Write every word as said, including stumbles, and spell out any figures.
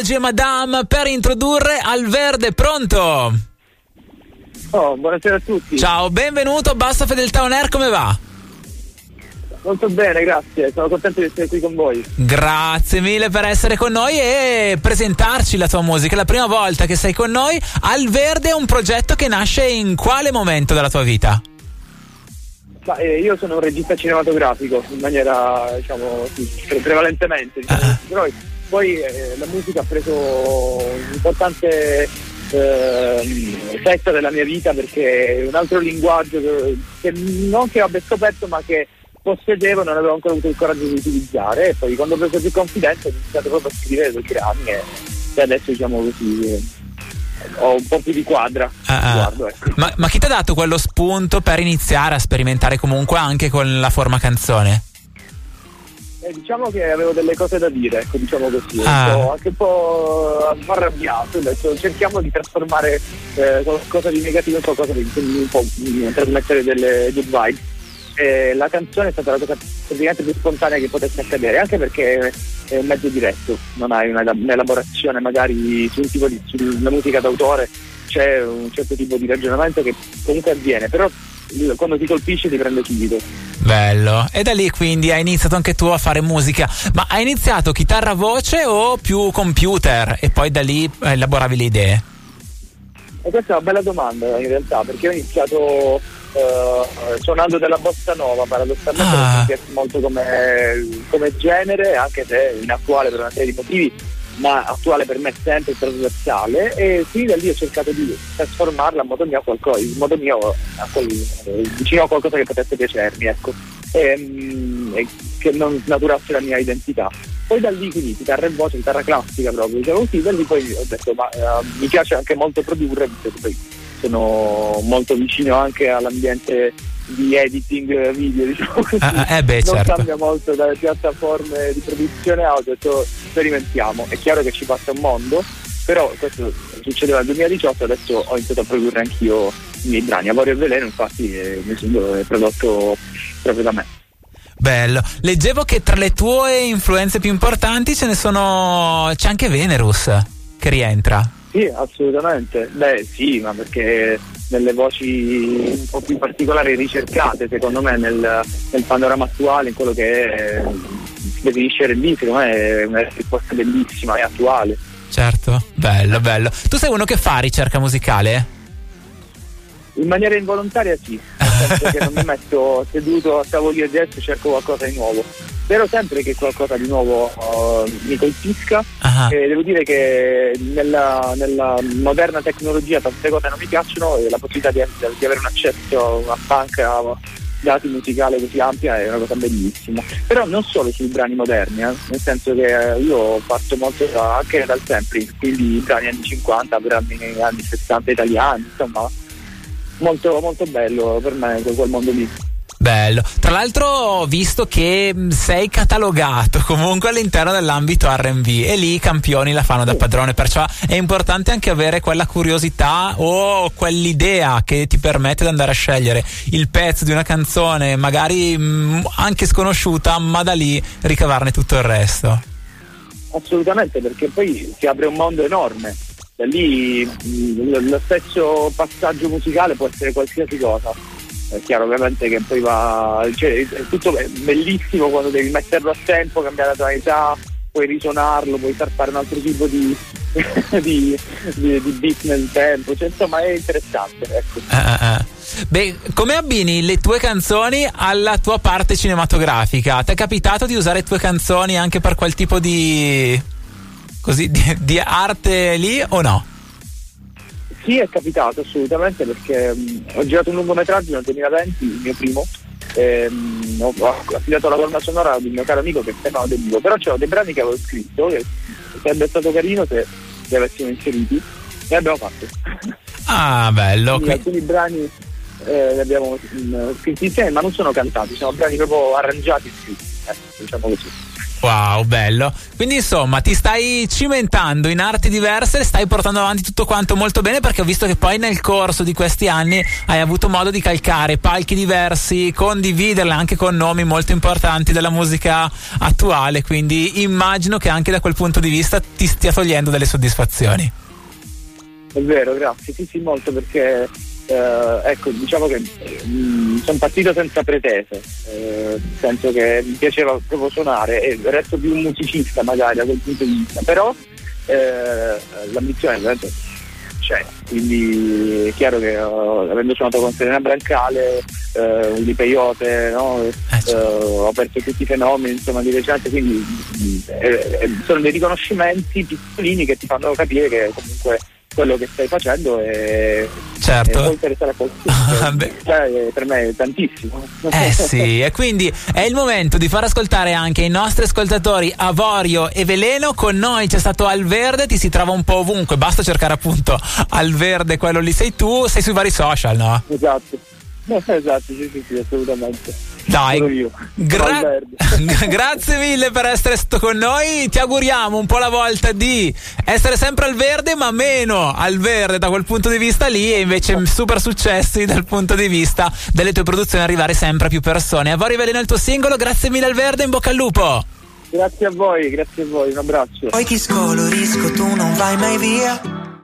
Biagio e Madame per introdurre Alverde. Pronto? Oh, buonasera a tutti. Ciao, benvenuto a Bassa Fedeltà On Air, come va? Molto bene, grazie, sono contento di essere qui con voi. Grazie mille per essere con noi e presentarci la tua musica. È la prima volta che sei con noi. Alverde è un progetto che nasce in quale momento della tua vita? Ma, eh, io sono un regista cinematografico in maniera, diciamo, sì, pre- prevalentemente, diciamo, uh-huh. Però poi eh, la musica ha preso un'importante eh, fetta della mia vita, perché è un altro linguaggio che, che non che abbia scoperto, ma che possedevo, non avevo ancora avuto il coraggio di utilizzare, e poi quando ho preso più confidenza ho iniziato proprio a scrivere due brani e, e adesso, diciamo così, eh, ho un po' più di quadra. Ah, guardo, ecco. ma, ma chi ti ha dato quello spunto per iniziare a sperimentare comunque anche con la forma canzone? Eh, diciamo che avevo delle cose da dire, ecco, diciamo così, ah. un po', anche un po' arrabbiato, adesso cerchiamo di trasformare eh, qualcosa di negativo in qualcosa di un po' di trasmettere delle good vibes. Eh, la canzone è stata la cosa praticamente più spontanea che potesse accadere, anche perché è un mezzo diretto, non hai una, un'elaborazione magari su un tipo di sulla musica d'autore, c'è un certo tipo di ragionamento che comunque avviene, però quando ti colpisce ti prende subito. Bello. E da lì quindi hai iniziato anche tu a fare musica, ma hai iniziato chitarra voce o più computer e poi da lì elaboravi le idee? E questa è una bella domanda in realtà, perché ho iniziato Uh, suonando della bossa nova, paradossalmente ah. mi piace molto come, come genere, anche se inattuale per una serie di motivi, ma attuale per me sempre, trasversale, e quindi da lì ho cercato di trasformarla a modo mio a qualcosa, in modo mio a quel, eh, vicino a qualcosa che potesse piacermi, ecco, e, um, e che non snaturasse la mia identità. Poi da lì, quindi chitarra e voce, chitarra classica proprio, diciamo così, da lì poi ho detto ma uh, mi piace anche molto produrre, perché poi sono molto vicino anche all'ambiente di editing video, diciamo così. Ah, eh beh, non certo. Cambia molto dalle piattaforme di produzione audio, ho detto sperimentiamo, è chiaro che ci passa un mondo, però questo succedeva nel duemiladiciotto, adesso ho iniziato a produrre anch'io i miei brani. Avorio e Veleno infatti è, è prodotto proprio da me. Bello. Leggevo che tra le tue influenze più importanti ce ne sono, c'è anche Venerus che rientra. Sì, assolutamente. Beh, sì, ma perché nelle voci un po' più particolari ricercate, secondo me, nel, nel panorama attuale, in quello che è, si definisce R and B, secondo me è una risposta bellissima e attuale. Certo, bello, bello. Tu sei uno che fa ricerca musicale? In maniera involontaria sì, nel senso che non mi metto seduto a tavolino di adesso e cerco qualcosa di nuovo. Spero sempre che qualcosa di nuovo uh, mi colpisca. Uh-huh. E devo dire che nella, nella moderna tecnologia tante cose non mi piacciono, e la possibilità di, di avere un accesso a una banca dati musicale così ampia è una cosa bellissima. Però non solo sui brani moderni, eh, nel senso che io parto molto da, anche dal sampling, quindi brani anni cinquanta, brani anni sessanta italiani, insomma molto molto bello per me quel mondo lì. Bello. Tra l'altro ho visto che sei catalogato comunque all'interno dell'ambito R and B e lì i campioni la fanno da padrone, perciò è importante anche avere quella curiosità o quell'idea che ti permette di andare a scegliere il pezzo di una canzone magari mh, anche sconosciuta, ma da lì ricavarne tutto il resto. Assolutamente, perché poi si apre un mondo enorme. Da lì mh, lo stesso passaggio musicale può essere qualsiasi cosa. È chiaro ovviamente che poi va, cioè, è tutto bellissimo quando devi metterlo a tempo, cambiare la tonalità, puoi risuonarlo, puoi far fare un altro tipo di, di, di, di beat nel tempo, cioè, insomma è interessante, ecco. Ah, ah. Beh, come abbini le tue canzoni alla tua parte cinematografica? Ti è capitato di usare le tue canzoni anche per quel tipo di così di, di arte lì o no? Sì, è capitato assolutamente, perché um, ho girato un lungometraggio nel duemilaventi, il mio primo, e, um, ho, ho affidato la colonna sonora di un mio caro amico che si chiama De Vivo, però c'erano dei brani che avevo scritto che sarebbe stato carino se li avessimo inseriti, e abbiamo fatto. Ah, bello. Quindi, alcuni brani eh, li abbiamo um, scritti insieme, ma non sono cantati, sono brani proprio arrangiati e scritti, eh, diciamo così. Wow, bello. Quindi insomma ti stai cimentando in arti diverse, stai portando avanti tutto quanto molto bene, perché ho visto che poi nel corso di questi anni hai avuto modo di calcare palchi diversi, condividerle anche con nomi molto importanti della musica attuale, quindi immagino che anche da quel punto di vista ti stia togliendo delle soddisfazioni. È vero, grazie, sì sì molto, perché eh, ecco, diciamo che mh, sono partito senza pretese, eh, nel senso che mi piaceva proprio suonare e resto più un musicista magari da quel punto di vista, però eh, l'ambizione ovviamente c'è, quindi è chiaro che uh, avendo suonato con Serena Brancale, uh, Willy Peyote, no? eh, uh, ho aperto tutti i fenomeni insomma di recente, quindi eh, eh, sono dei riconoscimenti piccolini che ti fanno capire che comunque quello che stai facendo è, certo. è può interessare a qualcuno. Cioè, per me è tantissimo. Eh sì, e quindi è il momento di far ascoltare anche ai nostri ascoltatori Avorio e Veleno. Con noi c'è stato Alverde, ti si trova un po' ovunque, basta cercare appunto Alverde, quello lì sei tu, sei sui vari social, no? Esatto, esatto, sì sì sì, assolutamente. Dai, io. Gra- grazie mille per essere stato con noi. Ti auguriamo un po' la volta di essere sempre al verde, ma meno al verde da quel punto di vista lì, e invece super successi dal punto di vista delle tue produzioni, arrivare sempre a più persone. Avorio e Veleno il tuo singolo, grazie mille al verde, in bocca al lupo. Grazie a voi, grazie a voi, un abbraccio. Poi ti scolorisco, tu non vai mai via.